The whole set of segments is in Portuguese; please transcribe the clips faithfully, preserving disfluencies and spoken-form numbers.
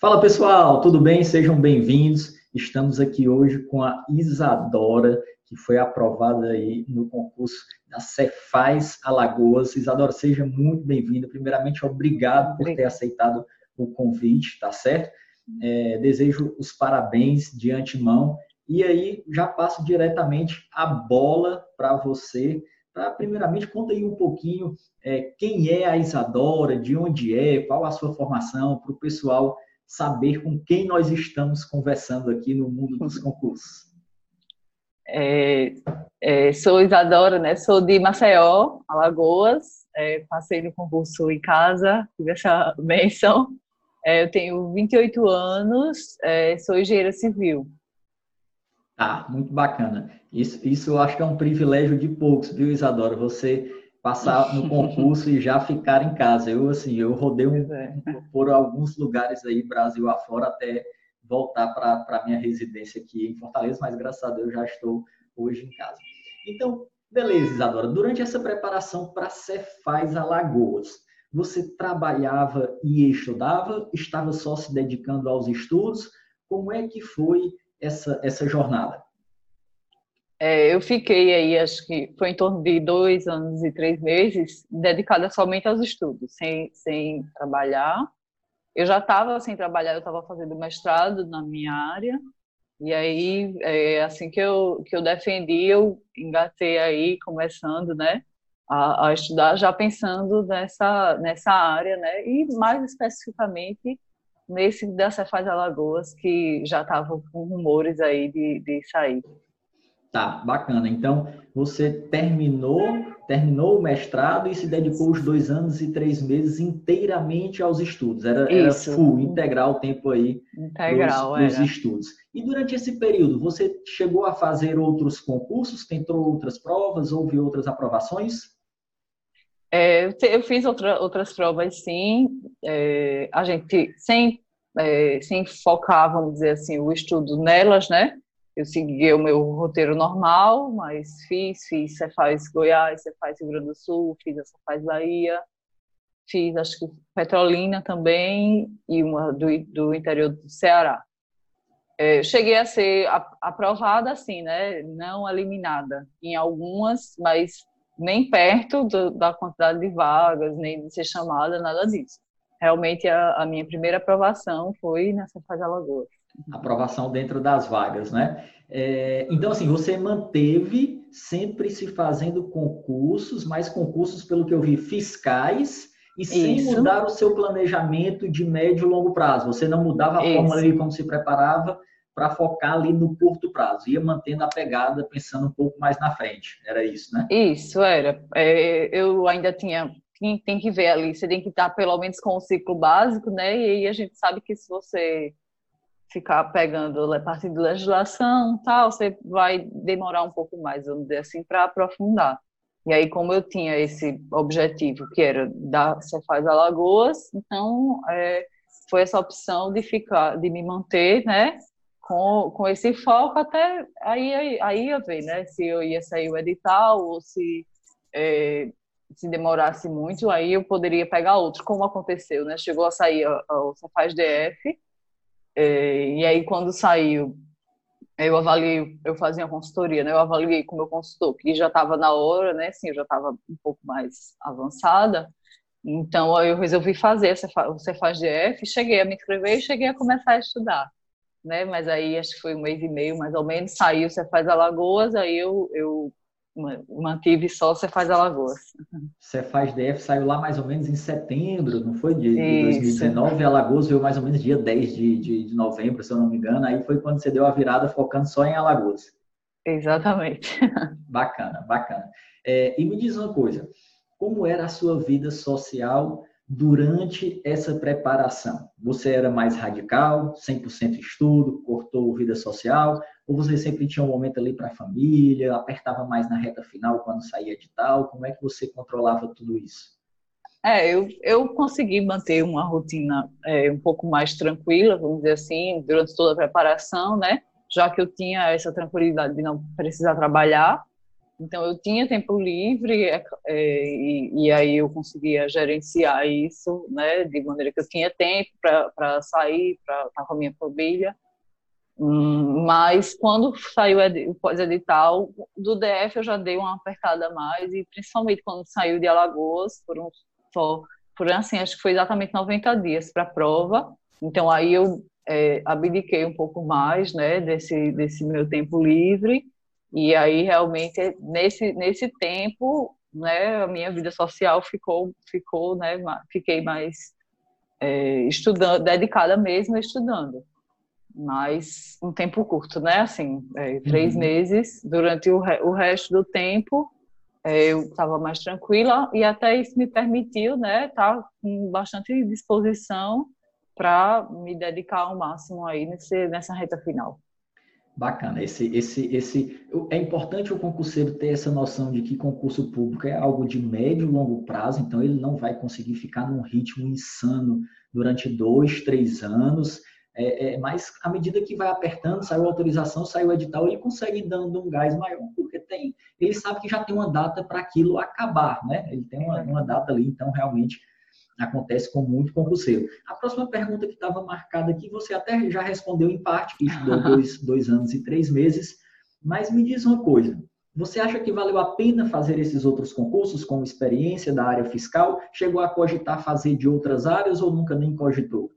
Fala pessoal, tudo bem? Sejam bem-vindos. Estamos aqui hoje com a Isadora, que foi aprovada aí no concurso da Cefaz Alagoas. Isadora, seja muito bem-vinda. Primeiramente, obrigado por ter aceitado o convite, tá certo? É, desejo os parabéns de antemão. E aí, já passo diretamente a bola para você. Pra, primeiramente, conta aí um pouquinho é, quem é a Isadora, de onde é, qual a sua formação, para o pessoal saber com quem nós estamos conversando aqui no mundo dos concursos. É, é, sou Isadora, né? Sou de Maceió, Alagoas. É, passei no concurso em casa, tive essa bênção. É, eu tenho vinte e oito anos, é, sou engenheira civil. Ah, muito bacana. Isso, isso eu acho que é um privilégio de poucos, viu, Isadora? Você passar no concurso e já ficar em casa. Eu, assim, eu rodei um, É. por alguns lugares aí, Brasil afora, até voltar para a minha residência aqui em Fortaleza, mas graças a Deus já estou hoje em casa. Então, beleza, Isadora. Durante essa preparação para a Cefaz Alagoas, você trabalhava e estudava? Estava só se dedicando aos estudos? Como é que foi essa, essa jornada? É, eu fiquei aí, acho que foi em torno de dois anos e três meses, dedicada somente aos estudos, sem, sem trabalhar. Eu já estava sem trabalhar, eu estava fazendo mestrado na minha área, e aí, é, assim que eu, que eu defendi, eu engatei aí, começando, né, a, a estudar, já pensando nessa, nessa área, né, e mais especificamente nesse da Cefaz Alagoas, que já estavam com rumores aí de, de sair. Tá, bacana. Então, você terminou, terminou o mestrado e se dedicou os dois anos e três meses inteiramente aos estudos. Era, era Isso, full, integral o tempo aí para integral os era. estudos. E durante esse período, você chegou a fazer outros concursos, tentou outras provas, houve outras aprovações? É, eu, te- eu fiz outra, outras provas, sim. É, a gente sem, é, sem focar, vamos dizer assim, o estudo nelas, né? Eu segui o meu roteiro normal, mas fiz, fiz Cefaz Goiás, Cefaz Rio Grande do Sul, fiz a Cefaz Bahia, fiz, acho que Petrolina também, e uma do, do interior do Ceará. É, eu cheguei a ser a- aprovada, assim, né? Não eliminada em algumas, mas nem perto do, da quantidade de vagas, nem de ser chamada, nada disso. Realmente, a, a minha primeira aprovação foi nessa fase Alagoas. Aprovação dentro das vagas, né? É, então, assim, você manteve sempre se fazendo concursos, mas concursos, pelo que eu vi, fiscais, e sem Isso, mudar o seu planejamento de médio e longo prazo. Você não mudava a forma isso, ali como se preparava para focar ali no curto prazo, ia mantendo a pegada, pensando um pouco mais na frente. Era isso, né? isso era. É, eu ainda tinha, tem, tem que ver ali, você tem que estar pelo menos com o ciclo básico, né? E aí a gente sabe que se você ficar pegando a parte de legislação, tal, você vai demorar um pouco mais, vamos dizer assim, para aprofundar. E aí, como eu tinha esse objetivo, que era da Cefaz Alagoas, então é, foi essa opção de ficar, de me manter, né, com, com esse foco até aí, aí, aí ia ver, né, se eu ia sair o edital ou se é, se demorasse muito, aí eu poderia pegar outro, como aconteceu, né? Chegou a sair o Cefaz D F, e aí, quando saiu, eu avaliei, eu fazia uma consultoria, né? Eu avaliei com o meu consultor, que já estava na hora, né? Assim, eu já estava um pouco mais avançada. Então, eu resolvi fazer o Cefaz D F, cheguei a me inscrever e cheguei a começar a estudar, né? Mas aí, acho que foi um mês e meio, mais ou menos, saiu o Cefaz Alagoas, aí eu, eu mantive só o Cefaz Alagoas. Cefaz D F saiu lá mais ou menos em setembro, não foi? De, de Isso, dois mil e dezenove, e Alagoas veio mais ou menos dia dez de, de, de novembro, se eu não me engano. Aí foi quando você deu a virada focando só em Alagoas. exatamente. Bacana, bacana. É, e me diz uma coisa, como era a sua vida social durante essa preparação? Você era mais radical, cem por cento estudo, cortou vida social, ou você sempre tinha um momento ali para a família, apertava mais na reta final quando saía de tal? Como é que você controlava tudo isso? É, eu, eu consegui manter uma rotina é, um pouco mais tranquila, vamos dizer assim, durante toda a preparação, né? Já que eu tinha essa tranquilidade de não precisar trabalhar. Então, eu tinha tempo livre é, é, e, e aí eu conseguia gerenciar isso, né, de maneira que eu tinha tempo para sair, para estar com a minha família. Hum, mas quando saiu o pós-edital do D F, eu já dei uma apertada a mais, e principalmente quando saiu de Alagoas, foram só, por assim, acho que foi exatamente noventa dias para a prova. Então, aí eu é, abdiquei um pouco mais, né, desse, desse meu tempo livre. E aí, realmente, nesse, nesse tempo, né, a minha vida social ficou, ficou, né, fiquei mais é, estudando, dedicada mesmo a estudando. Mas um tempo curto, né, assim, é, três Uhum. meses, durante o, re, o resto do tempo, é, eu estava mais tranquila, e até isso me permitiu, né, estar com bastante disposição para me dedicar ao máximo aí nesse, nessa reta final. Bacana. Esse, esse, esse, é importante o concurseiro ter essa noção de que concurso público é algo de médio e longo prazo, então ele não vai conseguir ficar num ritmo insano durante dois, três anos, é, é, mas à medida que vai apertando, saiu a autorização, saiu o edital, ele consegue ir dando um gás maior, porque tem, ele sabe que já tem uma data para aquilo acabar, né? Ele tem uma, uma data ali, então realmente acontece com muito concurseiro. A próxima pergunta que estava marcada aqui, você até já respondeu em parte, que estudou dois, dois anos e três meses, mas me diz uma coisa, você acha que valeu a pena fazer esses outros concursos como experiência da área fiscal? Chegou a cogitar fazer de outras áreas ou nunca nem cogitou?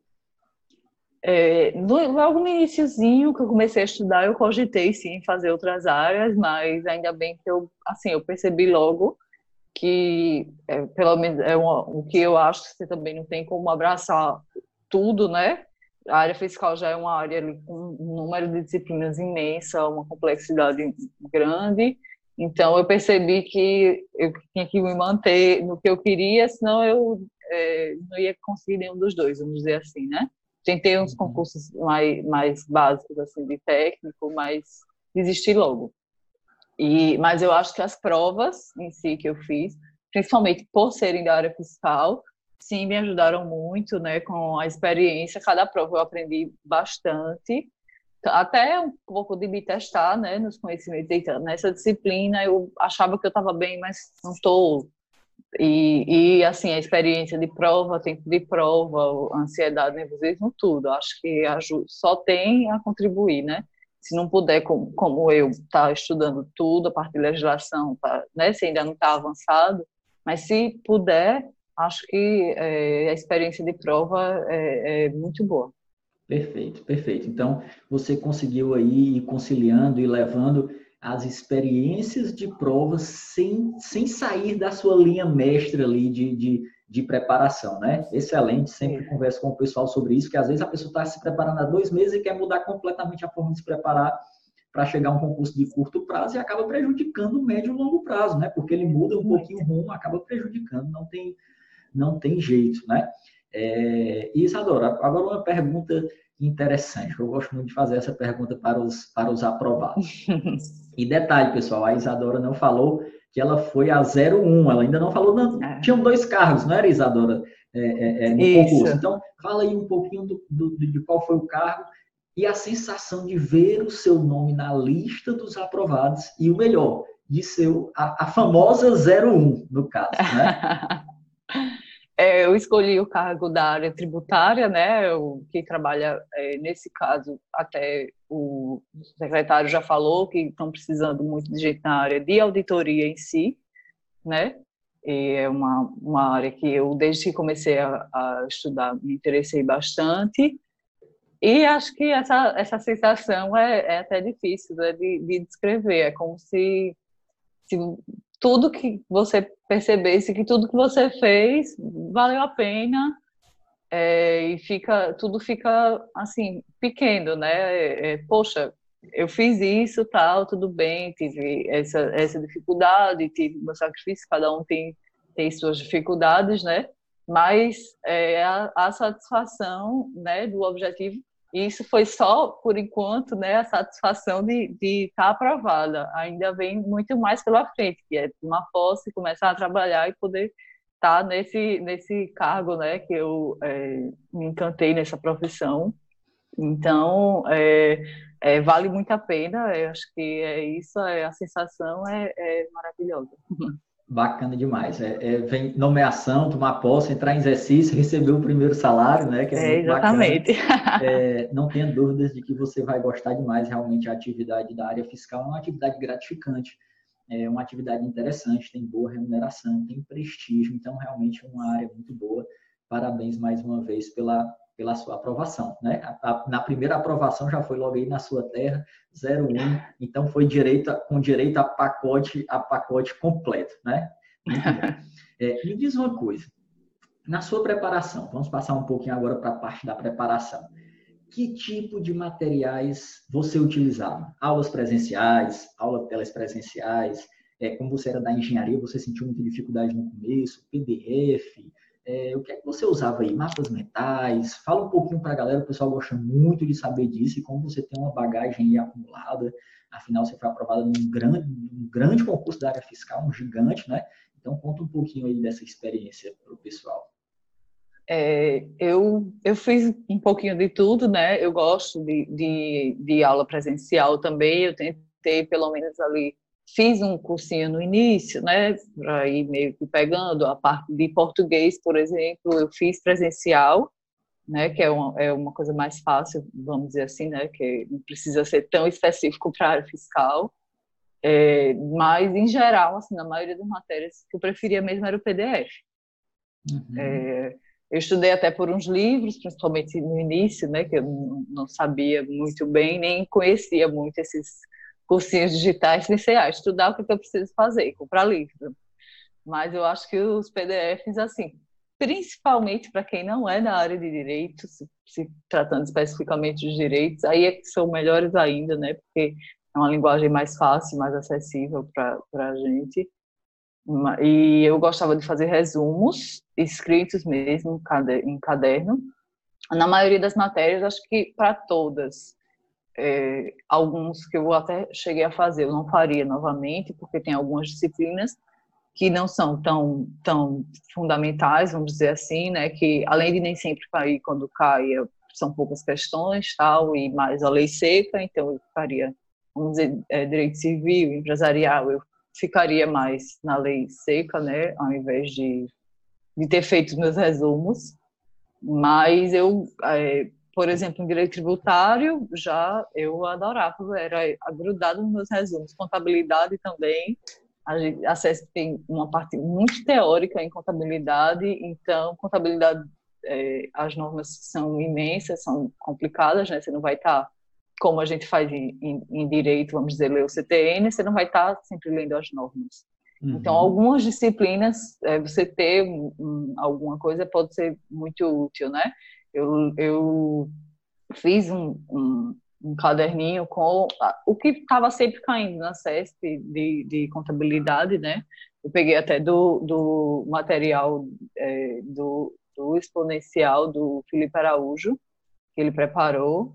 É, no, logo no iniciozinho que eu comecei a estudar, eu cogitei sim fazer outras áreas, mas ainda bem que eu, assim, eu percebi logo que, é, pelo menos, é uma, o que eu acho que você também não tem como abraçar tudo, né? A área fiscal já é uma área ali com um número de disciplinas imensa, uma complexidade grande. Então, eu percebi que eu tinha que me manter no que eu queria, senão eu é, não ia conseguir nenhum dos dois, vamos dizer assim, né? Tentei uns concursos mais, mais básicos, assim, de técnico, mas desisti logo. E, mas eu acho que as provas em si que eu fiz, principalmente por serem da área fiscal, sim, me ajudaram muito, né, com a experiência. Cada prova eu aprendi bastante, até um pouco de me testar, né, nos conhecimentos. Nessa disciplina eu achava que eu estava bem, mas não estou. E, e, assim, a experiência de prova, tempo de prova, ansiedade, nervosismo, tudo. Acho que só tem a contribuir, né? Se não puder, como, como eu, estar tá estudando tudo, a parte de legislação, tá, né? Se ainda não está avançado, mas se puder, acho que é, a experiência de prova é, é muito boa. Perfeito, perfeito. Então, você conseguiu aí ir conciliando e levando as experiências de provas sem, sem sair da sua linha mestra ali de, de, de preparação, né? Excelente, sempre É. converso com o pessoal sobre isso, que às vezes a pessoa está se preparando há dois meses e quer mudar completamente a forma de se preparar para chegar a um concurso de curto prazo e acaba prejudicando o médio e longo prazo, né? Porque ele muda um pouquinho o rumo, acaba prejudicando, não tem, não tem jeito, né? É, Isadora, agora uma pergunta interessante, eu gosto muito de fazer essa pergunta para os, para os aprovados. E detalhe, pessoal, a Isadora não falou que ela foi a zero um, ela ainda não falou, não, É. tinham dois cargos, não era, Isadora, é, é, é, no Isso. concurso. Então, fala aí um pouquinho do, do, de qual foi o cargo e a sensação de ver o seu nome na lista dos aprovados e o melhor, de ser a, a famosa zero um, no caso, né? É, eu escolhi o cargo da área tributária, né? O que trabalha é, nesse caso, até o secretário já falou que estão precisando muito de gente na área de auditoria em si, né? E é uma, uma área que eu, desde que comecei a, a estudar, me interessei bastante. E acho que essa, essa sensação é, é até difícil, né, de, de descrever. É como se, se tudo que você percebesse, que tudo que você fez valeu a pena, é, e fica, tudo fica assim, pequeno, né? É, é, poxa, eu fiz isso, tal, tudo bem, tive essa, essa dificuldade, tive meu sacrifício, cada um tem, tem suas dificuldades, né? Mas é, a, a satisfação, né, do objetivo, e isso foi só, por enquanto, né, a satisfação de de estar aprovada. Ainda vem muito mais pela frente, que é uma posse, começar a trabalhar e poder estar nesse, nesse cargo, né, que eu é, me encantei nessa profissão. Então, é, é, vale muito a pena. Eu acho que é isso, é, a sensação é, é maravilhosa. Bacana demais. É, é, vem nomeação, tomar posse, entrar em exercício, receber o primeiro salário, né? Que é É, muito bacana. exatamente. É, não tenha dúvidas de que você vai gostar demais. Realmente a atividade da área fiscal é uma atividade gratificante, é uma atividade interessante, tem boa remuneração, tem prestígio, então realmente é uma área muito boa. Parabéns mais uma vez pela, pela sua aprovação, né? A, a, na primeira aprovação já foi logo aí na sua terra, zero um, então foi direito, com direito a pacote, a pacote completo, né? Muito bom. É, me diz uma coisa, na sua preparação, vamos passar um pouquinho agora para a parte da preparação. Que tipo de materiais você utilizava? Aulas presenciais, aulas telespresenciais? É, como você era da engenharia, você sentiu muita dificuldade no começo? P D F? É, o que é que você usava aí? Mapas mentais? Fala um pouquinho para a galera, o pessoal gosta muito de saber disso e como você tem uma bagagem aí acumulada. Afinal, você foi aprovada num grande, num grande concurso da área fiscal, um gigante, né? Então, conta um pouquinho aí dessa experiência para o pessoal. É, eu, eu fiz um pouquinho de tudo, né? Eu gosto de, de, de aula presencial também. Eu tentei, pelo menos ali, fiz um cursinho no início, né? Para ir meio que pegando a parte de português, por exemplo, eu fiz presencial, né? Que é uma, é uma coisa mais fácil, vamos dizer assim, né? Que não precisa ser tão específico para a área fiscal. É, mas, em geral, assim, na maioria das matérias, o que eu preferia mesmo era o P D F. Uhum. É, eu estudei até por uns livros, principalmente no início, né, que eu não sabia muito bem, nem conhecia muito esses cursinhos digitais. Pensei, ah, estudar o que eu preciso fazer, comprar livro. Mas eu acho que os P D Fs, assim, principalmente para quem não é da área de direito, se, se tratando especificamente de direitos, aí é que são melhores ainda, né, porque é uma linguagem mais fácil, mais acessível para a gente. E eu gostava de fazer resumos escritos mesmo em caderno. Na maioria das matérias, acho que para todas. É, alguns que eu até cheguei a fazer, eu não faria novamente, porque tem algumas disciplinas que não são tão, tão fundamentais, vamos dizer assim, né? Que além de nem sempre cair, quando cai, são poucas questões, tal, e mais a lei seca, então eu ficaria, vamos dizer, é, direito civil, empresarial, eu ficaria mais na lei seca, né? Ao invés de, de ter feito meus resumos. Mas eu, é, por exemplo, em direito tributário, já eu adorava, era grudado nos meus resumos. Contabilidade também. A CESP tem uma parte muito teórica em contabilidade, então, contabilidade, é, as normas são imensas, são complicadas, né? Você não vai estar, como a gente faz em, em, em direito, vamos dizer, ler o C T N, você não vai estar sempre lendo as normas. Uhum. Então, algumas disciplinas, é, você ter um, um, alguma coisa pode ser muito útil, né? Eu, eu fiz um, um, um caderninho com o que estava sempre caindo na CESP de, de contabilidade, né? Eu peguei até do, do material é, do, do exponencial do Felipe Araújo, que ele preparou.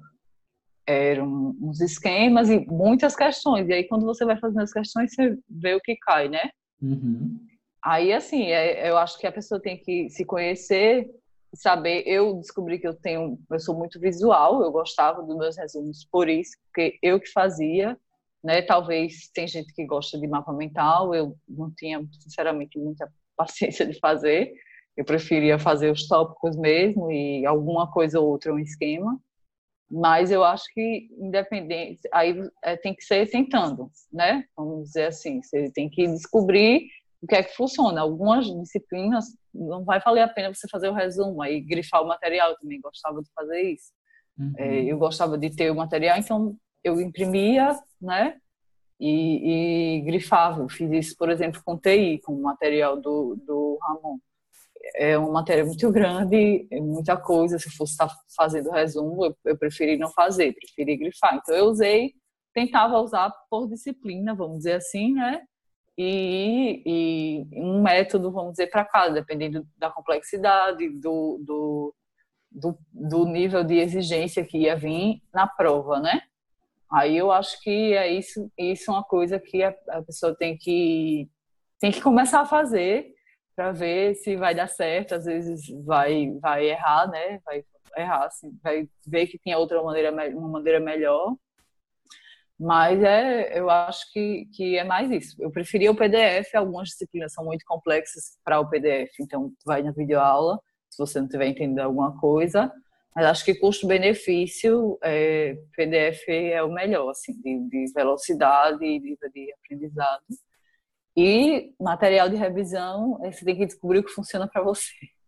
Eram uns esquemas e muitas questões. E aí, quando você vai fazendo as questões, você vê o que cai, né? Uhum. Aí, assim, é, eu acho que a pessoa tem que se conhecer, saber. Eu descobri que eu tenho, eu sou muito visual, eu gostava dos meus resumos por isso, porque eu que fazia, né? Talvez tem gente que gosta de mapa mental, eu não tinha, sinceramente, muita paciência de fazer. Eu preferia fazer os tópicos mesmo e alguma coisa ou outra, um esquema. Mas eu acho que, independente, aí é, tem que ser tentando, né? Vamos dizer assim, você tem que descobrir o que é que funciona. Algumas disciplinas não vai valer a pena você fazer o resumo, aí grifar o material. Eu também gostava de fazer isso. Uhum. É, eu gostava de ter o material, então eu imprimia, né? E, e grifava. Eu fiz isso, por exemplo, com T I, com o material do, do Ramon. É uma matéria muito grande, é muita coisa. Se eu fosse estar fazendo resumo, eu, eu preferi não fazer, preferi grifar. Então, eu usei, tentava usar por disciplina, vamos dizer assim, né? E, e um método, vamos dizer, para cada, dependendo da complexidade, do, do, do, do nível de exigência que ia vir na prova, né? Aí eu acho que é isso, isso é uma coisa que a, a pessoa tem que, tem que começar a fazer para ver se vai dar certo. Às vezes vai, vai errar, né? Vai errar, assim, vai ver que tem outra maneira, uma maneira melhor. Mas é, eu acho que, que é mais isso. Eu preferia o P D F, algumas disciplinas são muito complexas para o P D F, então vai na videoaula, se você não estiver entendendo alguma coisa. Mas acho que custo-benefício, é, P D F é o melhor, assim, de, de velocidade e de, de aprendizado. E material de revisão, você tem que descobrir o que funciona para você.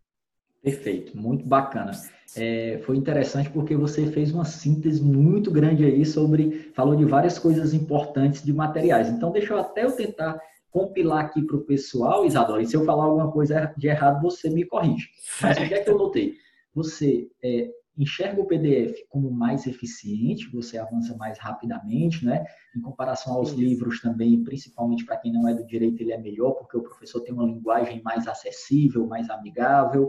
Perfeito, muito bacana. É, foi interessante porque você fez uma síntese muito grande aí sobre, falou de várias coisas importantes de materiais. Então, deixa eu até eu tentar compilar aqui para o pessoal, Isadora, e se eu falar alguma coisa de errado, você me corrige. Mas o que é que eu notei? Você é, enxerga o P D F como mais eficiente, você avança mais rapidamente, né? Em comparação aos Isso. livros também, principalmente para quem não é do direito, ele é melhor, porque o professor tem uma linguagem mais acessível, mais amigável.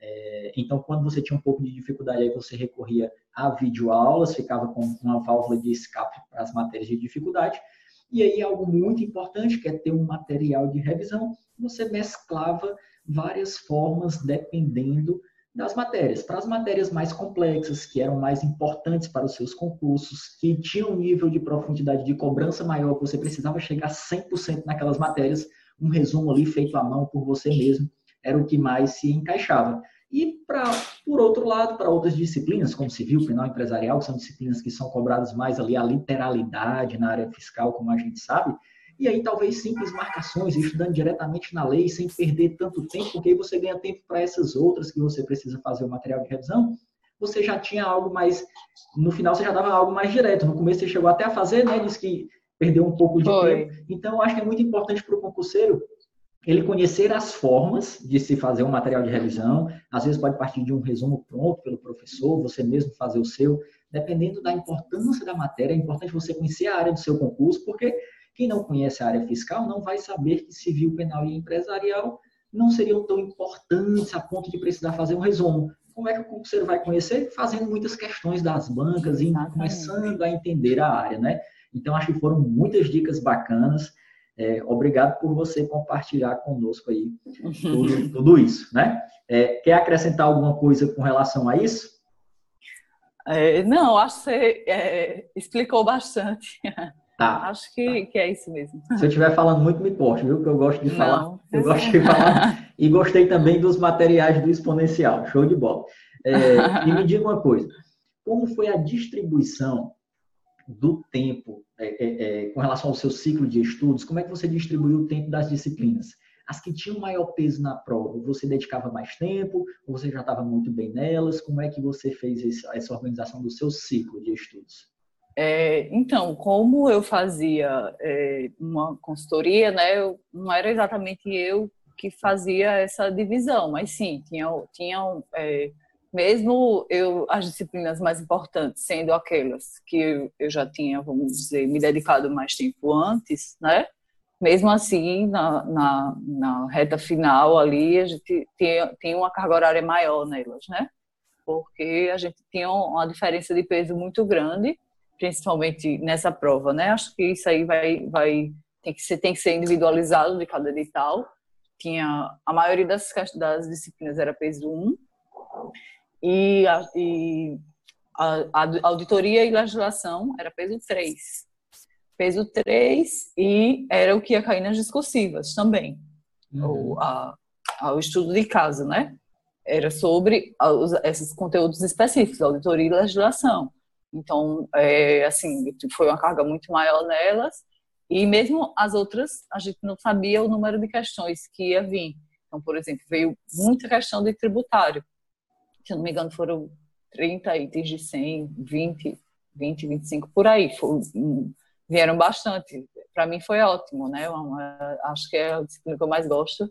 É, então, quando você tinha um pouco de dificuldade, aí você recorria a videoaulas, ficava com uma válvula de escape para as matérias de dificuldade. E aí, algo muito importante, que é ter um material de revisão, você mesclava várias formas dependendo das matérias. Para as matérias mais complexas, que eram mais importantes para os seus concursos, que tinham um nível de profundidade de cobrança maior, que você precisava chegar cem por cento naquelas matérias, um resumo ali feito à mão por você mesmo, era o que mais se encaixava. E, pra, por outro lado, para outras disciplinas, como civil, penal, empresarial, que são disciplinas que são cobradas mais ali a literalidade na área fiscal, como a gente sabe, e aí talvez simples marcações, estudando diretamente na lei, sem perder tanto tempo, porque aí você ganha tempo para essas outras que você precisa fazer o material de revisão, você já tinha algo mais, no final você já dava algo mais direto. No começo você chegou até a fazer, né, disse que perdeu um pouco de Foi. tempo. Então, eu acho que é muito importante para o concurseiro ele conhecer as formas de se fazer um material de revisão. Às vezes pode partir de um resumo pronto pelo professor, você mesmo fazer o seu, dependendo da importância da matéria. É importante você conhecer a área do seu concurso, porque quem não conhece a área fiscal não vai saber que civil, penal e empresarial não seriam tão importantes a ponto de precisar fazer um resumo. Como é que o concurseiro vai conhecer? Fazendo muitas questões das bancas e começando a entender a área, né? Então, acho que foram muitas dicas bacanas. É, obrigado por você compartilhar conosco aí tudo, tudo isso, né? É, quer acrescentar alguma coisa com relação a isso? É, não, acho que você é, explicou bastante. Tá. Acho que, tá. que é isso mesmo. Se eu estiver falando muito, me corte, viu? Que eu gosto de falar. Não. Eu gosto de falar. E gostei também dos materiais do exponencial. Show de bola. É, e me diga uma coisa. Como foi a distribuição do tempo é, é, é, com relação ao seu ciclo de estudos? Como é que você distribuiu o tempo das disciplinas? As que tinham maior peso na prova, você dedicava mais tempo? Ou você já estava muito bem nelas? Como é que você fez essa, essa organização do seu ciclo de estudos? É, então, como eu fazia é, uma consultoria, né, eu, não era exatamente eu que fazia essa divisão, mas sim, tinham, tinham é, mesmo eu, as disciplinas mais importantes, sendo aquelas que eu, eu já tinha, vamos dizer, me dedicado mais tempo antes, né, mesmo assim, na, na, na reta final ali, a gente tinha, tinha uma carga horária maior nelas, né, porque a gente tinha uma diferença de peso muito grande, principalmente nessa prova, né? Acho que isso aí vai, vai tem que ser, tem que ser individualizado de cada edital. Tinha a maioria das, das disciplinas era peso um e a, e a, a auditoria e legislação era peso três. Peso três e era o que ia cair nas discursivas também. Uhum. O, a, a, o estudo de caso, né? Era sobre os, esses conteúdos específicos, auditoria e legislação. Então, é, assim, foi uma carga muito maior nelas. E mesmo as outras, a gente não sabia o número de questões que ia vir. Então, por exemplo, veio muita questão de tributário. Se eu não me engano, foram trinta itens de cem, vinte, vinte, vinte e cinco, por aí. Foi, vieram bastante. Para mim foi ótimo, né? Uma, acho que é a disciplina que eu mais gosto.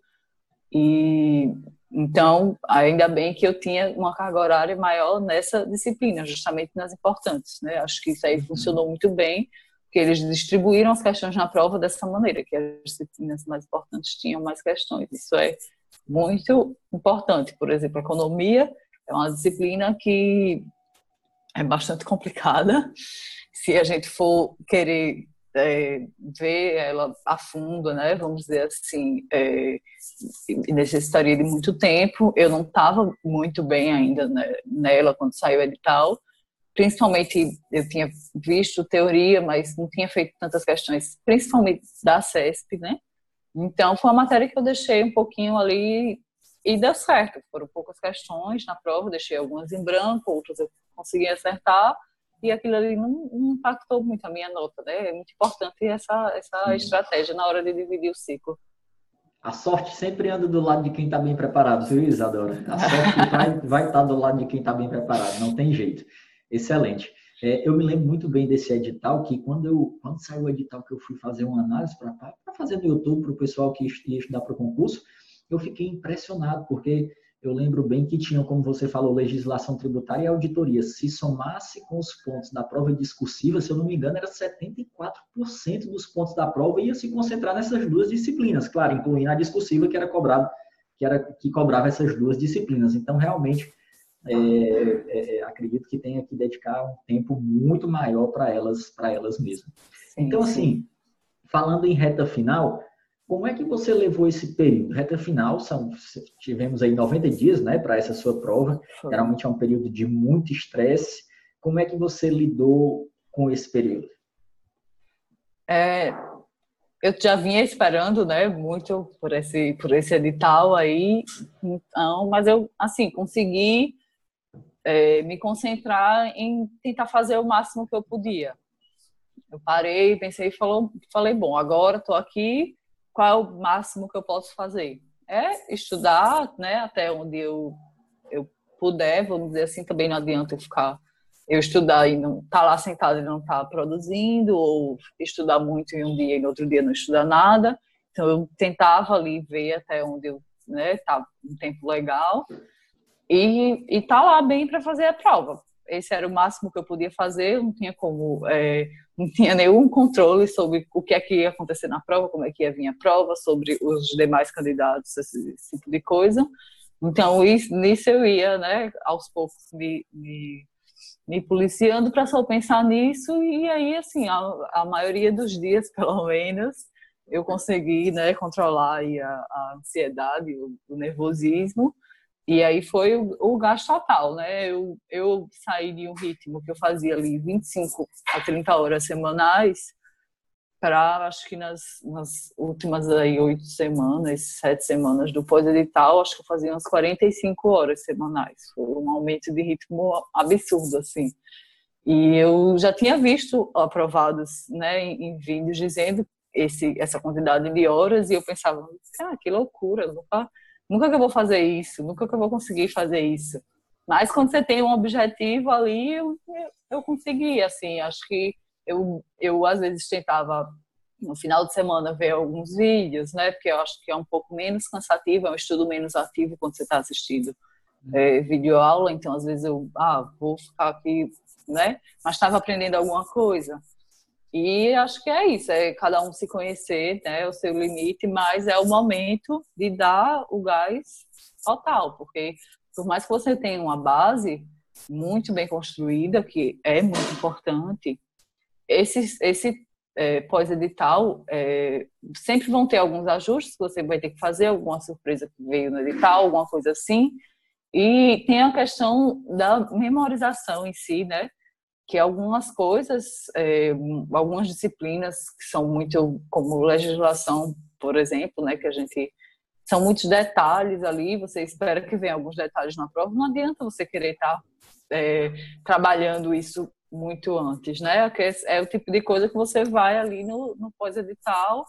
E então, ainda bem que eu tinha uma carga horária maior nessa disciplina, justamente nas importantes, né? Acho que isso aí funcionou muito bem, porque eles distribuíram as questões na prova dessa maneira, que as disciplinas mais importantes tinham mais questões. Isso é muito importante. Por exemplo, a economia é uma disciplina que é bastante complicada. Se a gente for querer É, ver ela a fundo, né? Vamos dizer assim, é, necessitaria de muito tempo. Eu não estava muito bem ainda, né, nela quando saiu o edital, principalmente eu tinha visto teoria, mas não tinha feito tantas questões, principalmente da CESP, né? Então, foi uma matéria que eu deixei um pouquinho ali e deu certo. Foram poucas questões na prova, deixei algumas em branco, outras eu consegui acertar, e aquilo ali não, não impactou muito a minha nota, né? É muito importante essa, essa estratégia na hora de dividir o ciclo. A sorte sempre anda do lado de quem está bem preparado, viu, Isadora? A sorte vai, vai estar do lado de quem está bem preparado, não tem jeito. Excelente. É, eu me lembro muito bem desse edital, que quando, eu, quando saiu o edital que eu fui fazer uma análise para fazer no YouTube para o pessoal que ia estudar para o concurso, eu fiquei impressionado, porque eu lembro bem que tinha, como você falou, legislação tributária e auditoria. Se somasse com os pontos da prova discursiva, se eu não me engano, era setenta e quatro por cento dos pontos da prova ia se concentrar nessas duas disciplinas, claro, incluindo a discursiva, que era cobrado, que, era, que cobrava essas duas disciplinas. Então, realmente, é, é, acredito que tenha que dedicar um tempo muito maior para elas, para elas mesmas. Sim, então, assim, sim. Falando em reta final, como é que você levou esse período? Reta final, são, tivemos aí noventa dias, né, para essa sua prova. Geralmente é um período de muito estresse. Como é que você lidou com esse período? É, eu já vinha esperando, né, muito por esse, por esse edital aí, então, mas eu, assim, consegui é, me concentrar em tentar fazer o máximo que eu podia. Eu parei, pensei e falou, falei, bom, agora estou aqui, qual é o máximo que eu posso fazer? É estudar, né, até onde eu, eu puder, vamos dizer assim, também não adianta eu ficar, eu estudar e não estar tá lá sentado e não estar tá produzindo, ou estudar muito em um dia e no outro dia não estudar nada. Então eu tentava ali ver até onde eu, né, estava um tempo legal e estar tá lá bem para fazer a prova. Esse era o máximo que eu podia fazer, não tinha como, é, não tinha nenhum controle sobre o que é que ia acontecer na prova, como é que ia vir a prova, sobre os demais candidatos, esse, esse tipo de coisa. Então, isso, nisso eu ia, né, aos poucos me, me, me policiando para só pensar nisso, e aí, assim, a, a maioria dos dias, pelo menos, eu consegui, né, controlar aí a, a ansiedade, o, o nervosismo. E aí foi o, o gasto total, né? Eu, eu saí de um ritmo que eu fazia ali vinte e cinco a trinta horas semanais para, acho que nas, nas últimas aí oito semanas, sete semanas do pós-edital, acho que eu fazia umas quarenta e cinco horas semanais. Foi um aumento de ritmo absurdo, assim. E eu já tinha visto aprovados, né, em, em vídeos dizendo esse, essa quantidade de horas, e eu pensava, ah, que loucura, nunca... Nunca que eu vou fazer isso, nunca que eu vou conseguir fazer isso. Mas quando você tem um objetivo ali, eu, eu consegui, assim, acho que eu, eu às vezes tentava no final de semana ver alguns vídeos, né, porque eu acho que é um pouco menos cansativo, é um estudo menos ativo quando você está assistindo é, videoaula, então às vezes eu, ah, vou ficar aqui, né, mas estava aprendendo alguma coisa. E acho que é isso, é cada um se conhecer, né, o seu limite, mas é o momento de dar o gás total, porque por mais que você tenha uma base muito bem construída, que é muito importante, esse, esse é, pós-edital é, sempre vão ter alguns ajustes que você vai ter que fazer, alguma surpresa que veio no edital, alguma coisa assim, e tem a questão da memorização em si, né, que algumas coisas, é, algumas disciplinas que são muito, como legislação, por exemplo, né, que a gente, são muitos detalhes ali, você espera que venha alguns detalhes na prova, não adianta você querer estar é, trabalhando isso muito antes, né, porque é o tipo de coisa que você vai ali no, no pós-edital,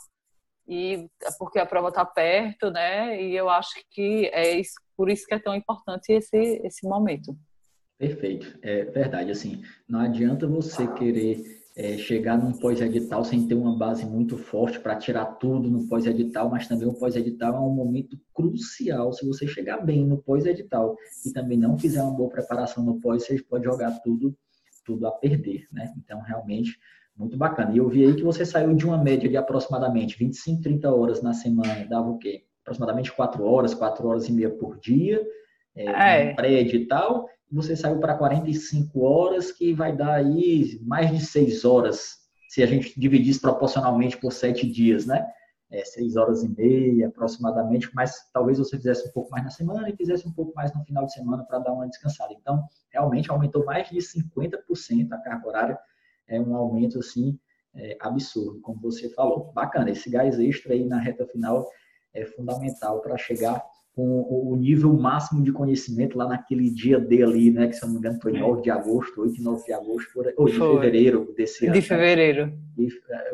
e porque a prova está perto, né, e eu acho que é isso, por isso que é tão importante esse, esse momento. Perfeito, é verdade, assim, não adianta você querer é, chegar num pós-edital sem ter uma base muito forte para tirar tudo no pós-edital, mas também o pós-edital é um momento crucial. Se você chegar bem no pós-edital e também não fizer uma boa preparação no pós, você pode jogar tudo, tudo a perder, né? Então, realmente, muito bacana. E eu vi aí que você saiu de uma média de aproximadamente vinte e cinco, trinta horas na semana, dava o quê? Aproximadamente quatro horas, quatro horas e meia por dia, é, é. pré-edital, você saiu para quarenta e cinco horas, que vai dar aí mais de seis horas, se a gente dividisse proporcionalmente por sete dias, né? é, seis horas e meia aproximadamente, mas talvez você fizesse um pouco mais na semana e fizesse um pouco mais no final de semana para dar uma descansada. Então, realmente aumentou mais de cinquenta por cento a carga horária, é um aumento assim é, absurdo, como você falou. Bacana, esse gás extra aí na reta final é fundamental para chegar com o nível máximo de conhecimento lá naquele dia D ali, né? Que se eu não me engano foi nove de agosto, oito e nove de agosto, ou de foi. fevereiro desse ano. De fevereiro. Né? E,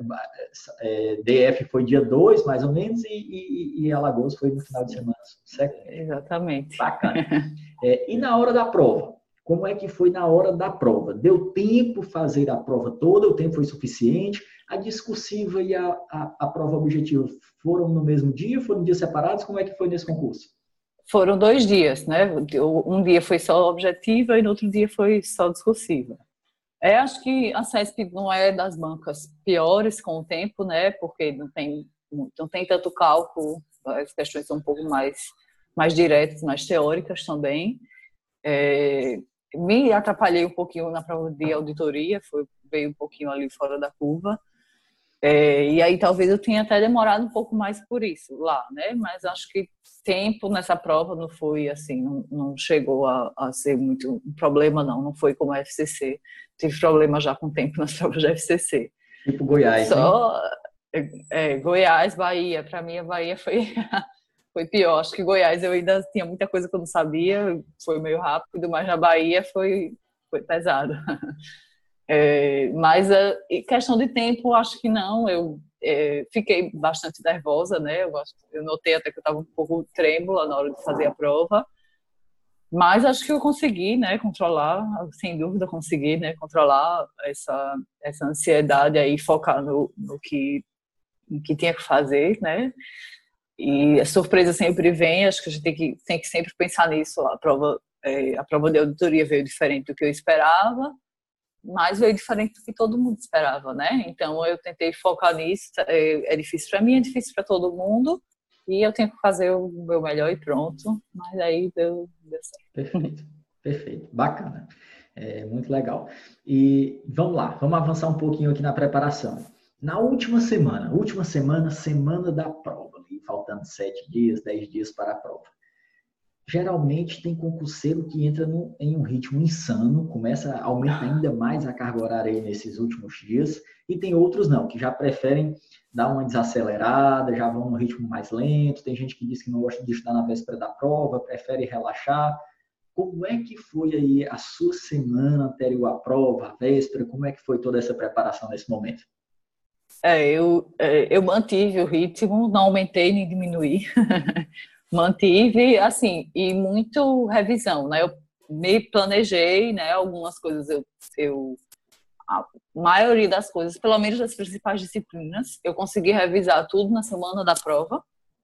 é, D F foi dia dois, mais ou menos, e, e, e Alagoas foi no final de semana, certo? Exatamente. Bacana. É, e na hora da prova? Como é que foi na hora da prova? Deu tempo fazer a prova toda? O tempo foi suficiente? A discursiva e a, a, a prova objetiva foram no mesmo dia? Foram dias separados? Como é que foi nesse concurso? Foram dois dias, né? Um dia foi só objetiva e no outro dia foi só discursiva. É, acho que a CESP não é das bancas piores com o tempo, né? Porque não tem, não tem tanto cálculo, as questões são um pouco mais, mais diretas, mais teóricas também. É, me atrapalhei um pouquinho na prova de auditoria, foi, veio um pouquinho ali fora da curva. É, e aí talvez eu tenha até demorado um pouco mais por isso lá, né? Mas acho que tempo nessa prova não foi assim, não, não chegou a, a ser muito um problema, não. Não foi como a F C C. Tive problema já com tempo nas provas da F C C. Tipo Goiás, Só é, é, Goiás, Bahia. Para mim a Bahia foi foi pior. Acho que Goiás eu ainda tinha muita coisa que eu não sabia, foi meio rápido, mas na Bahia foi foi pesado. É, mas a questão de tempo, acho que não. Eu é, fiquei bastante nervosa, né? Eu, eu notei até que eu estava um pouco trêmula na hora de fazer a prova, mas acho que eu consegui, né? Controlar, sem dúvida, consegui, né? Controlar essa essa ansiedade aí, focar no, no que no que tinha que fazer, né? E a surpresa sempre vem. Acho que a gente tem que tem que sempre pensar nisso. A prova é, a prova de auditoria veio diferente do que eu esperava, mas veio diferente do que todo mundo esperava, né? Então eu tentei focar nisso. É difícil para mim, é difícil para todo mundo, e eu tenho que fazer o meu melhor e pronto. Mas aí deu, deu certo. Perfeito, perfeito, bacana, é muito legal. E vamos lá, vamos avançar um pouquinho aqui na preparação. Na última semana, última semana, semana da prova, faltando sete dias, dez dias para a prova. Geralmente tem concurseiro que entra no, em um ritmo insano, começa a aumentar ainda mais a carga horária nesses últimos dias, e tem outros não, que já preferem dar uma desacelerada, já vão no ritmo mais lento. Tem gente que diz que não gosta de estudar na véspera da prova, prefere relaxar. Como é que foi aí a sua semana anterior à prova, a véspera? Como é que foi toda essa preparação nesse momento? É, eu, eu mantive o ritmo, não aumentei nem diminuí. Mantive, assim, e muito revisão, né? Eu me planejei, né? Algumas coisas eu, eu, a maioria das coisas, pelo menos das principais disciplinas, eu consegui revisar tudo na semana da prova.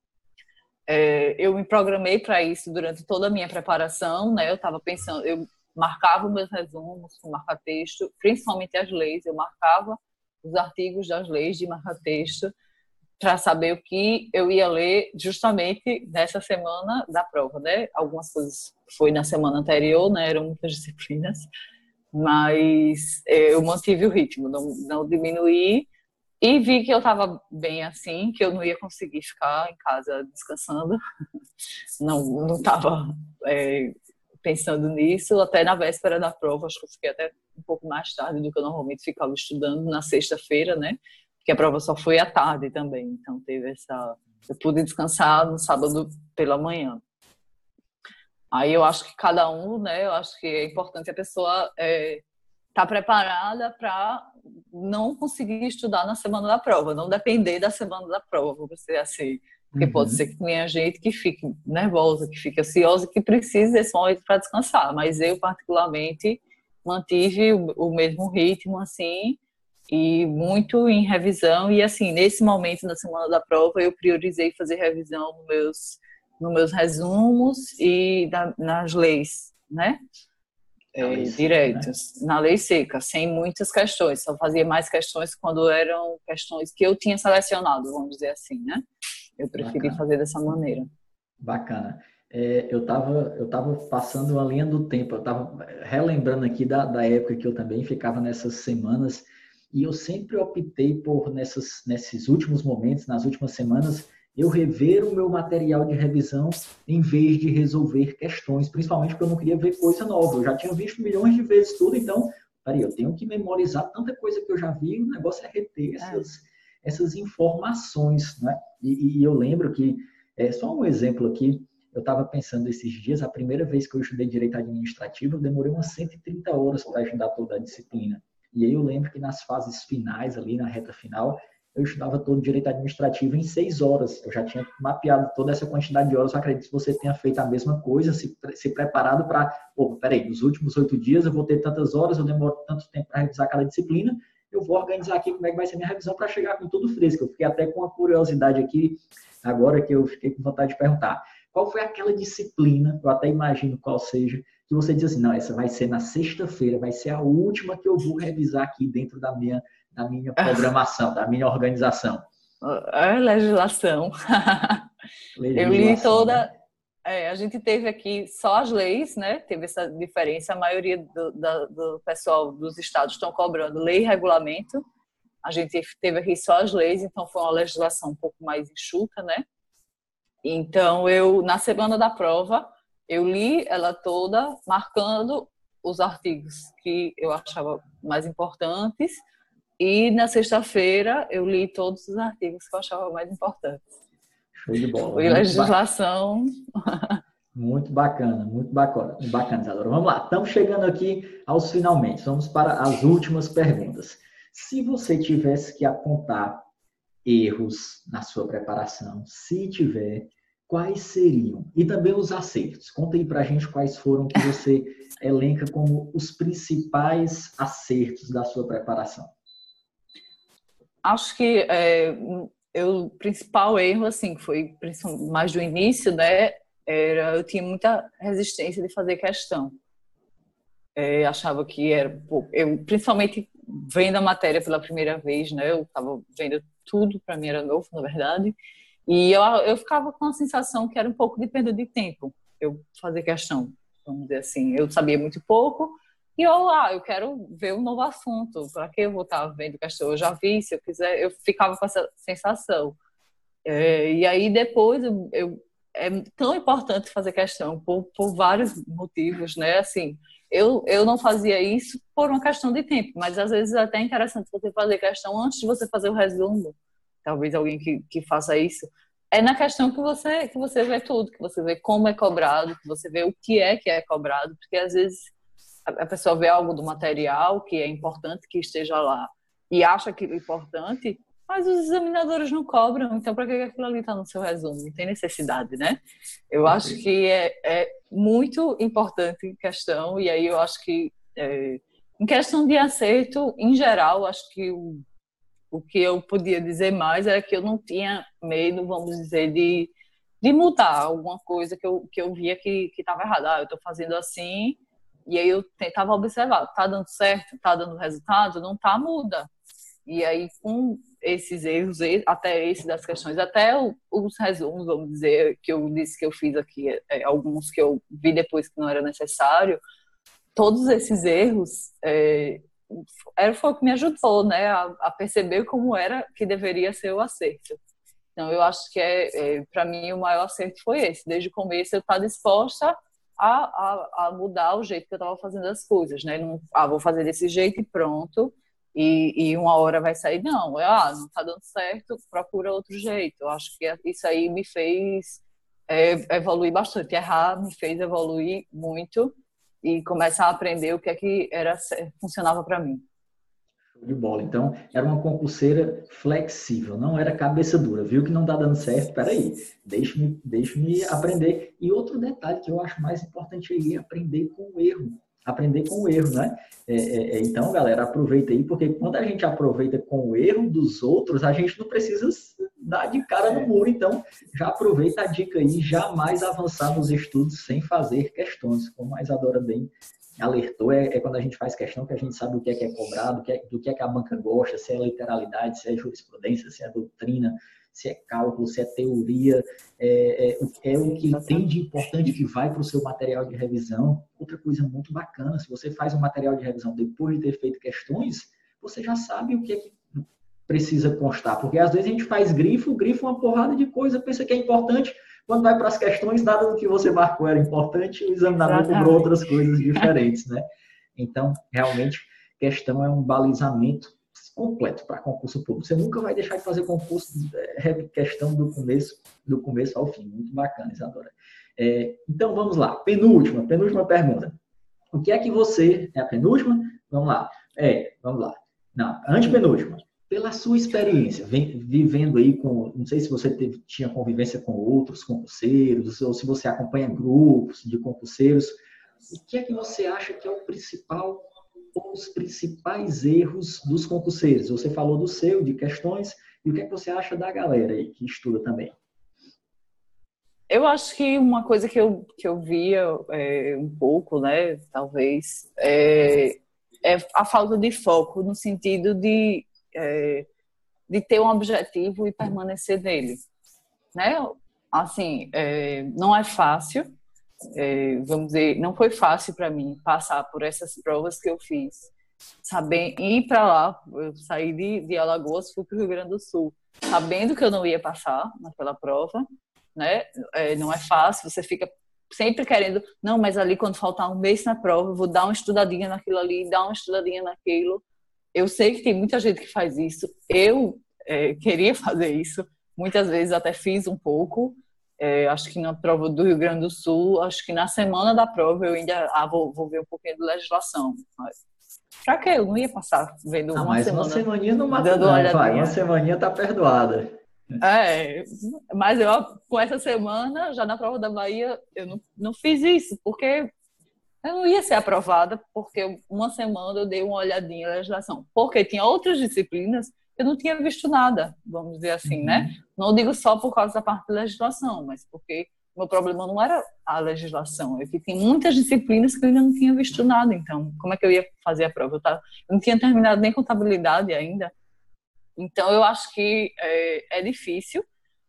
É, eu me programei para isso durante toda a minha preparação, né? Eu estava pensando, eu marcava meus resumos, marcar texto, principalmente as leis, eu marcava os artigos das leis de marcar texto, para saber o que eu ia ler justamente nessa semana da prova, né? Algumas coisas foi na semana anterior, né? Eram muitas disciplinas, mas eu mantive o ritmo, não, não diminuí, e vi que eu estava bem assim, que eu não ia conseguir ficar em casa descansando, não não estava é, pensando nisso. Até na véspera da prova, acho que eu fiquei até um pouco mais tarde do que eu normalmente ficava estudando na sexta-feira, né? Porque a prova só foi à tarde também, então teve essa... Eu pude descansar no sábado pela manhã. Aí eu acho que cada um, né, eu acho que é importante a pessoa é, estar preparada para não conseguir estudar na semana da prova, não depender da semana da prova, vou dizer assim. Porque uhum. Pode ser que tenha gente que fique nervosa, que fique ansiosa, que precise desse momento para descansar, mas eu particularmente mantive o, o mesmo ritmo, assim, e muito em revisão. E assim, nesse momento, na semana da prova, eu priorizei fazer revisão nos meus, nos meus resumos e da, nas leis, né? É, lei diretos, seca, né? Na lei seca, sem muitas questões. Só fazia mais questões quando eram questões que eu tinha selecionado, vamos dizer assim, né? Eu preferi Bacana. Fazer dessa maneira. Bacana. É, eu estava eu tava passando uma linha do tempo, eu estava relembrando aqui da, da época que eu também ficava nessas semanas E eu sempre optei por, nessas, nesses últimos momentos, nas últimas semanas, eu rever o meu material de revisão em vez de resolver questões, principalmente porque eu não queria ver coisa nova. Eu já tinha visto milhões de vezes tudo, então, peraí, eu tenho que memorizar tanta coisa que eu já vi, o negócio é reter essas, é. essas informações, né? E, e eu lembro que, é, só um exemplo aqui, eu estava pensando esses dias, a primeira vez que eu estudei Direito Administrativo, eu demorei umas cento e trinta horas para estudar toda a disciplina. E aí eu lembro que nas fases finais, ali na reta final, eu estudava todo Direito Administrativo em seis horas. Eu já tinha mapeado toda essa quantidade de horas. Eu acredito que você tenha feito a mesma coisa, se, se preparado para, pô, peraí, nos últimos oito dias eu vou ter tantas horas, eu demoro tanto tempo para revisar cada disciplina, eu vou organizar aqui como é que vai ser minha revisão para chegar com tudo fresco. Eu fiquei até com uma curiosidade aqui, agora que eu fiquei com vontade de perguntar. Qual foi aquela disciplina, eu até imagino qual seja, que você diz assim, não, essa vai ser na sexta-feira, vai ser a última que eu vou revisar aqui dentro da minha, da minha programação, da minha organização? É legislação. legislação. Eu li toda... Né? É, a gente teve aqui só as leis, né? Teve essa diferença. A maioria do, da, do pessoal dos estados estão cobrando lei e regulamento. A gente teve aqui só as leis, então foi uma legislação um pouco mais enxuta, né? Então, eu, na semana da prova, eu li ela toda, marcando os artigos que eu achava mais importantes, e na sexta-feira eu li todos os artigos que eu achava mais importantes. Show de bola. Foi legislação. Muito bacana, muito bacana, bacana, Isadora. Vamos lá, estamos chegando aqui aos finalmente. Vamos para as últimas perguntas. Se você tivesse que apontar erros na sua preparação, se tiver, quais seriam? E também os acertos. Conta aí pra gente quais foram que você elenca como os principais acertos da sua preparação. Acho que é, eu, o principal erro, assim, foi mais do início, né? Era, eu tinha muita resistência de fazer questão. É, achava que era... Eu, principalmente vendo a matéria pela primeira vez, né? Eu estava vendo tudo, para mim era novo, na verdade. E eu, eu ficava com a sensação que era um pouco de perda de tempo eu fazer questão, vamos dizer assim. Eu sabia muito pouco e eu, ah, eu quero ver um novo assunto. Para que eu vou estar vendo questão? Eu já vi, se eu quiser, eu ficava com essa sensação. É, e aí depois eu, eu, é tão importante fazer questão por, por vários motivos, né? Assim, eu, eu não fazia isso por uma questão de tempo, mas às vezes é até interessante você fazer questão antes de você fazer o resumo. Talvez alguém que, que faça isso. É na questão que você, que você vê tudo, que você vê como é cobrado, que você vê o que é que é cobrado, porque às vezes a pessoa vê algo do material que é importante que esteja lá e acha aquilo importante, mas os examinadores não cobram, então para que aquilo ali está no seu resumo? Não tem necessidade, né? Eu acho que é, é muito importante em questão, e aí eu acho que é, em questão de acerto, em geral, acho que o O que eu podia dizer mais era que eu não tinha medo, vamos dizer, de, de mudar alguma coisa que eu, que eu via que estava errada. Ah, eu estou fazendo assim, e aí eu tentava observar, está dando certo, está dando resultado, não está, muda. E aí, com esses erros, até esse das questões, até os resumos, vamos dizer, que eu disse que eu fiz aqui, é, alguns que eu vi depois que não era necessário, todos esses erros... É, foi o que me ajudou, né, a, a perceber como era que deveria ser o acerto. Então, eu acho que, é, é, para mim, o maior acerto foi esse. Desde o começo, eu estar disposta a, a, a mudar o jeito que eu estava fazendo as coisas, né? Não, ah, vou fazer desse jeito e pronto, e, e uma hora vai sair. Não, é, ah, não está dando certo, procura outro jeito. Eu acho que isso aí me fez é, evoluir bastante. Errar me fez evoluir muito, e começar a aprender o que é que era, funcionava para mim. Show de bola. Então, era uma concurseira flexível, não era cabeça dura. Viu que não está dando certo? Peraí, deixe-me deixe-me aprender. E outro detalhe que eu acho mais importante aí é aprender com o erro. Aprender com o erro, né? É, é, então, galera, aproveita aí, porque quando a gente aproveita com o erro dos outros, a gente não precisa dar de cara no muro. Então, já aproveita a dica aí, jamais avançar nos estudos sem fazer questões. Como a Isadora bem alertou, é, é quando a gente faz questão que a gente sabe o que é que é cobrado, do que é, do que é que a banca gosta, se é literalidade, se é jurisprudência, se é doutrina, se é cálculo, se é teoria, é, é, é o que tem de importante que vai para o seu material de revisão. Outra coisa muito bacana, se você faz um material de revisão depois de ter feito questões, você já sabe o que é que precisa constar, porque às vezes a gente faz grifo, grifo uma porrada de coisa, pensa que é importante, quando vai para as questões, nada do que você marcou era importante, o examinador cobrou outras coisas diferentes, né? Então, realmente, questão é um balizamento completo para concurso público. Você nunca vai deixar de fazer concurso, é, questão do começo, do começo ao fim. Muito bacana, Isadora. É, então, vamos lá. Penúltima, penúltima pergunta. O que é que você... É a penúltima? Vamos lá. É, vamos lá. Não, antepenúltima. Pela sua experiência, vem, vivendo aí com... Não sei se você teve, tinha convivência com outros concurseiros, ou se você acompanha grupos de concurseiros. O que é que você acha que é o principal, ou os principais erros dos concurseiros? Você falou do seu, de questões, e o que é que você acha da galera aí que estuda também? Eu acho que uma coisa que eu, que eu via é, um pouco, né, talvez, é, é a falta de foco, no sentido de, é, de ter um objetivo e permanecer nele, né? Assim, é, não é fácil, é, vamos dizer, não foi fácil para mim passar por essas provas que eu fiz, saber ir para lá. Eu saí de, de Alagoas, fui para o Rio Grande do Sul, sabendo que eu não ia passar naquela prova, né? É, não é fácil, você fica sempre querendo, não, mas ali quando faltar um mês na prova, eu vou dar uma estudadinha naquilo ali, dar uma estudadinha naquilo. Eu sei que tem muita gente que faz isso, eu é, queria fazer isso, muitas vezes até fiz um pouco, é, acho que na prova do Rio Grande do Sul, acho que na semana da prova eu ainda ah, vou, vou ver um pouquinho de legislação. Mas, pra quê? Eu não ia passar vendo ah, uma mas semana. Uma semaninha não mata, dando uma não, vai, uma olhadinha. semaninha tá perdoada. É, mas eu, com essa semana, já na prova da Bahia, eu não, não fiz isso, porque eu não ia ser aprovada, porque uma semana eu dei uma olhadinha na legislação. Porque tinha outras disciplinas que eu não tinha visto nada, vamos dizer assim, Uhum. né? Não digo só por causa da parte da legislação, mas porque o meu problema não era a legislação, é que tem muitas disciplinas que eu ainda não tinha visto nada. Então, como é que eu ia fazer a prova? Eu, tava, eu não tinha terminado nem contabilidade ainda. Então, eu acho que é, é difícil.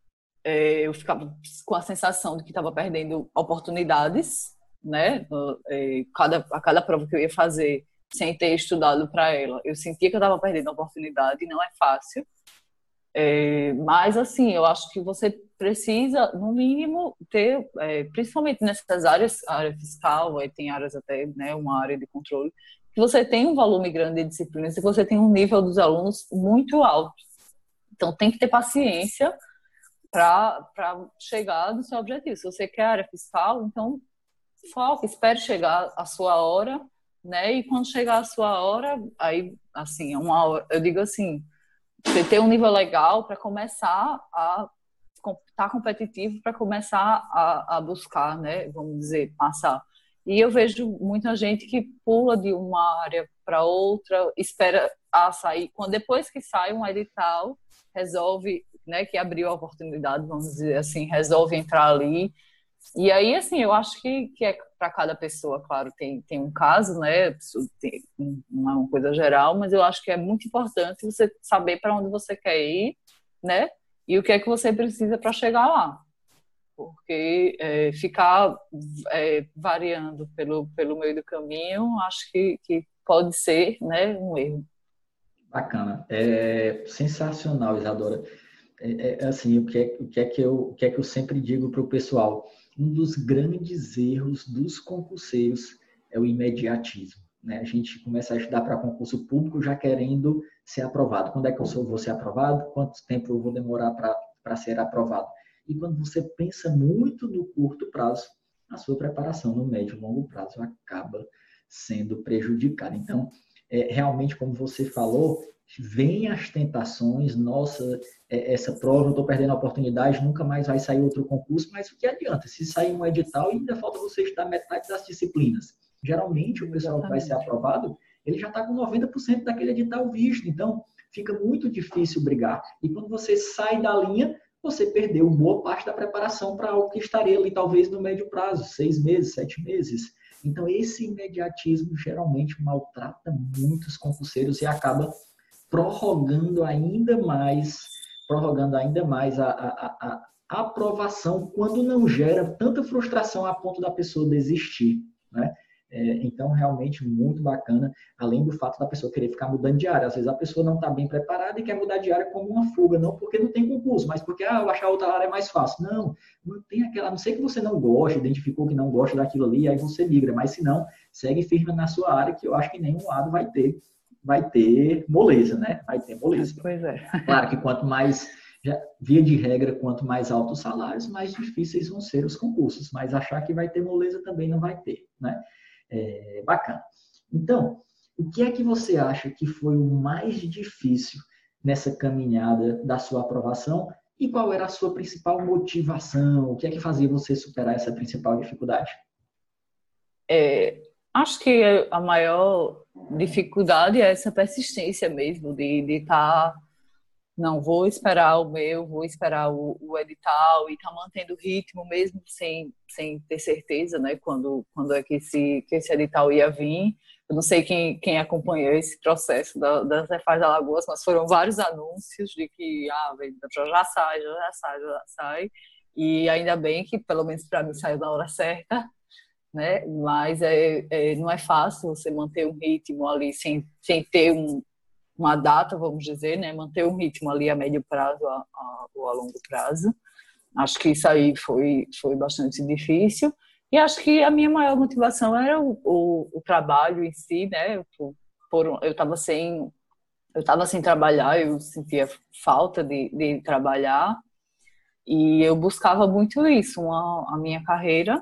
É, eu ficava com a sensação de que estava perdendo oportunidades, né? É, cada, a cada prova que eu ia fazer, sem ter estudado para ela, eu sentia que eu estava perdendo oportunidade, e não é fácil. É, mas, assim, eu acho que você precisa, no mínimo, ter, é, principalmente nessas áreas, a área fiscal, aí tem áreas até, né, uma área de controle, que você tem um volume grande de disciplinas e você tem um nível dos alunos muito alto. Então, tem que ter paciência para chegar no seu objetivo. Se você quer área fiscal, então foca, espere chegar a sua hora, né? E quando chegar a sua hora, aí, assim, uma hora, eu digo assim, você ter um nível legal para começar a estar competitivo, para começar a, a buscar, né? Vamos dizer, passar. E eu vejo muita gente que pula de uma área para outra, espera a sair, quando depois que sai um edital, resolve, né, que abriu a oportunidade, vamos dizer assim, resolve entrar ali. E aí, assim, eu acho que, que é para cada pessoa, claro, tem, tem um caso, né, tem, não é uma coisa geral, mas eu acho que é muito importante você saber para onde você quer ir, né, e o que é que você precisa para chegar lá. Porque é, ficar é, variando pelo, pelo meio do caminho, acho que, que pode ser, né, um erro. Bacana. É sensacional, Isadora. É, é, assim, o que é, o que é que eu, o que é que eu sempre digo para o pessoal? Um dos grandes erros dos concurseiros é o imediatismo, né? A gente começa a estudar para concurso público já querendo ser aprovado. Quando é que eu sou, vou ser aprovado? Quanto tempo eu vou demorar para ser aprovado? E quando você pensa muito no curto prazo, a sua preparação no médio e longo prazo acaba sendo prejudicada. Então, é, realmente, como você falou, vem as tentações, nossa, essa prova, eu estou perdendo a oportunidade, nunca mais vai sair outro concurso, mas o que adianta? Se sair um edital, ainda falta você estudar metade das disciplinas. Geralmente, o pessoal que vai ser aprovado, ele já está com noventa por cento daquele edital visto, então fica muito difícil brigar. E quando você sai da linha, você perdeu boa parte da preparação para algo que estaria ali, talvez, no médio prazo, seis meses, sete meses. Então, esse imediatismo geralmente maltrata muitos concurseiros e acaba prorrogando ainda mais, prorrogando ainda mais a, a, a, a aprovação, quando não gera tanta frustração a ponto da pessoa desistir, né? É, então, realmente, muito bacana, além do fato da pessoa querer ficar mudando de área. Às vezes a pessoa não está bem preparada e quer mudar de área como uma fuga, não porque não tem concurso, mas porque, ah, eu achar outra área é mais fácil. Não, não tem aquela, a não ser que você não goste, identificou que não gosta daquilo ali, aí você migra, mas se não, segue firme na sua área, que eu acho que nenhum lado vai ter, vai ter moleza, né? Vai ter moleza. Pois é. Claro que quanto mais, já, via de regra, quanto mais altos os salários, mais difíceis vão ser os concursos, mas achar que vai ter moleza também não vai ter, né? É, bacana. Então, o que é que você acha que foi o mais difícil nessa caminhada da sua aprovação e qual era a sua principal motivação? O que é que fazia você superar essa principal dificuldade? É, acho que a maior dificuldade é essa persistência mesmo, de estar, não, vou esperar o meu, vou esperar o, o edital e estar tá mantendo o ritmo mesmo sem, sem ter certeza, né, quando, quando é que esse, que esse edital ia vir. Eu não sei quem, quem acompanhou esse processo da, das Cefaz Alagoas, mas foram vários anúncios de que ah, já sai, já sai, já sai. E ainda bem que, pelo menos para mim, saiu na hora certa, né? Mas é, é, não é fácil você manter um ritmo ali sem, sem ter um, uma data, vamos dizer, né? Manter um ritmo ali a médio prazo a, a, ou a longo prazo. Acho que isso aí foi, foi bastante difícil. E acho que a minha maior motivação era o, o, o trabalho em si, né? Por, por, eu estava sem, eu estava sem trabalhar, eu sentia falta de, de trabalhar e eu buscava muito isso, uma, a minha carreira.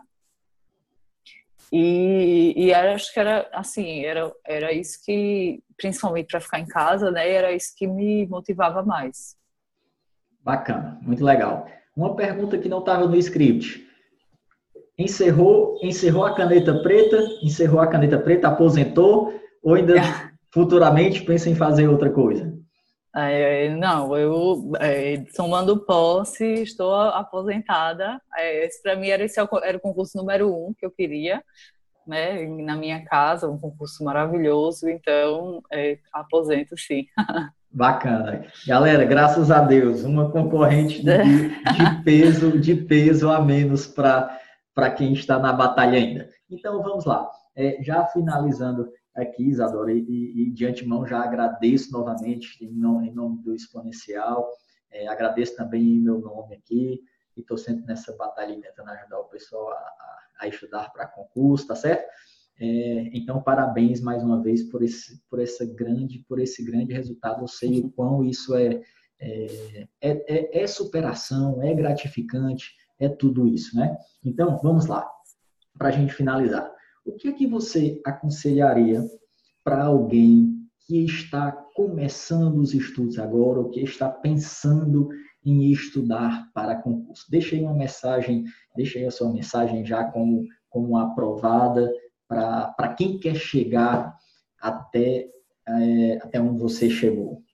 E, e era, acho que era assim, era, era isso que, principalmente para ficar em casa, né? Era isso que me motivava mais. Bacana, muito legal. Uma pergunta que não estava no script. Encerrou, encerrou a caneta preta, encerrou a caneta preta, aposentou, ou ainda futuramente pensa em fazer outra coisa? É, não, eu, é, tomando posse, estou aposentada. É, esse para mim era, esse, era o concurso número um que eu queria, né, na minha casa, um concurso maravilhoso, então é, aposento sim. Bacana. Galera, graças a Deus, uma concorrente de, de peso, de peso a menos para para quem está na batalha ainda. Então, vamos lá. É, já finalizando aqui, Isadora, e, e, e de antemão já agradeço novamente em nome, em nome do Exponencial, é, agradeço também em meu nome aqui, e estou sempre nessa batalha tentando ajudar o pessoal a, a, a estudar para concurso, tá certo? É, então, parabéns mais uma vez por esse, por essa grande, por esse grande resultado. Eu sei o quão isso é, é, é, é superação, é gratificante, é tudo isso, né? Então, vamos lá, para a gente finalizar. O que é que você aconselharia para alguém que está começando os estudos agora ou que está pensando em estudar para concurso? Deixa aí uma mensagem, deixa aí a sua mensagem já como, como aprovada para quem quer chegar até, é, até onde você chegou.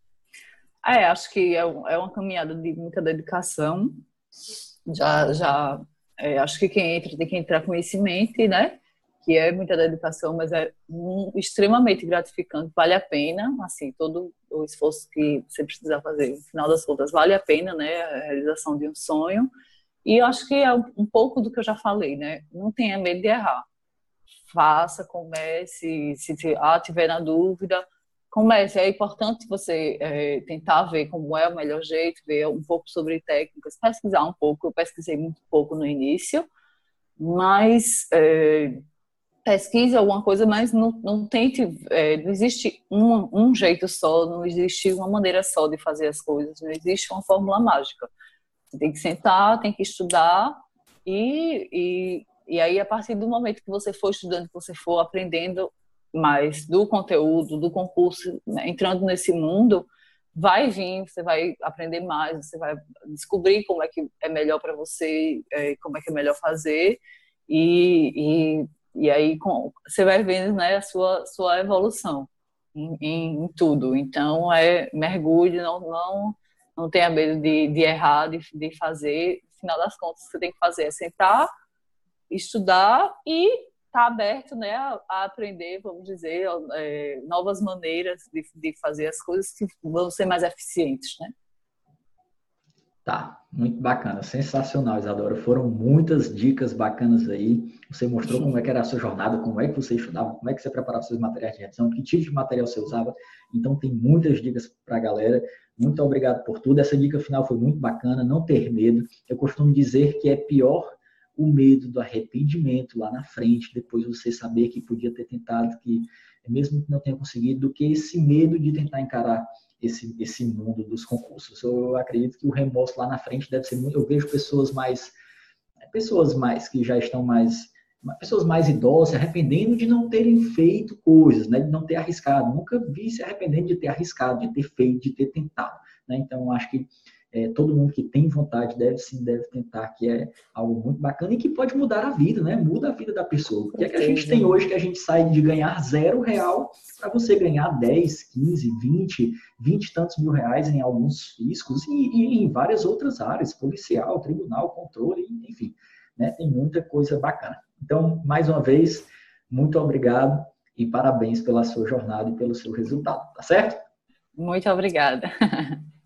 É, acho que é, é uma caminhada de muita dedicação. Já, já é, acho que quem entra tem que entrar com isso em mente, né? Que é muita dedicação, mas é um, extremamente gratificante, vale a pena, assim, todo o esforço que você precisa fazer, no final das contas, vale a pena, né? A realização de um sonho. E eu acho que é um, um pouco do que eu já falei, né? Não tenha medo de errar. Faça, comece, se ah, tiver na dúvida, comece. É importante você é, tentar ver como é o melhor jeito, ver um pouco sobre técnicas, pesquisar um pouco. Eu pesquisei muito pouco no início, mas é, pesquise alguma coisa, mas não, não tente, é, não existe um, um jeito só, não existe uma maneira só de fazer as coisas, não existe uma fórmula mágica. Você tem que sentar, tem que estudar e, e, e aí a partir do momento que você for estudando, que você for aprendendo mais do conteúdo, do concurso, né, entrando nesse mundo, vai vir, você vai aprender mais, você vai descobrir como é que é melhor para você, é, como é que é melhor fazer e, e, e aí com, você vai vendo, né, a sua, sua evolução em, em, em tudo. Então, é mergulhe, não, não, não tenha medo de, de errar, de, de fazer. No final das contas, o que você tem que fazer é sentar, estudar e estar tá aberto, né, a, a aprender, vamos dizer, é, novas maneiras de, de fazer as coisas que vão ser mais eficientes, né? Tá, muito bacana, sensacional, Isadora. Foram muitas dicas bacanas aí. Você mostrou como é que era a sua jornada, como é que você estudava, como é que você preparava seus materiais de redação, que tipo de material você usava. Então, tem muitas dicas para a galera. Muito obrigado por tudo. Essa dica final foi muito bacana, não ter medo. Eu costumo dizer que é pior o medo do arrependimento lá na frente, depois você saber que podia ter tentado, que mesmo que não tenha conseguido, do que esse medo de tentar encarar esse, esse mundo dos concursos. Eu acredito que o remorso lá na frente deve ser muito... Eu vejo pessoas mais, pessoas mais que já estão mais, pessoas mais idosas se arrependendo de não terem feito coisas, né? De não ter arriscado. Nunca vi se arrependendo de ter arriscado, de ter feito, de ter tentado, né? Então, acho que é, todo mundo que tem vontade deve sim, deve tentar, que é algo muito bacana e que pode mudar a vida, né? Muda a vida da pessoa. O que é que a gente tem hoje que a gente sai de ganhar zero real para você ganhar dez, quinze, vinte, vinte e tantos mil reais em alguns fiscos e, e em várias outras áreas, policial, tribunal, controle, enfim, né? Tem muita coisa bacana. Então, mais uma vez, muito obrigado e parabéns pela sua jornada e pelo seu resultado, tá certo? Muito obrigada.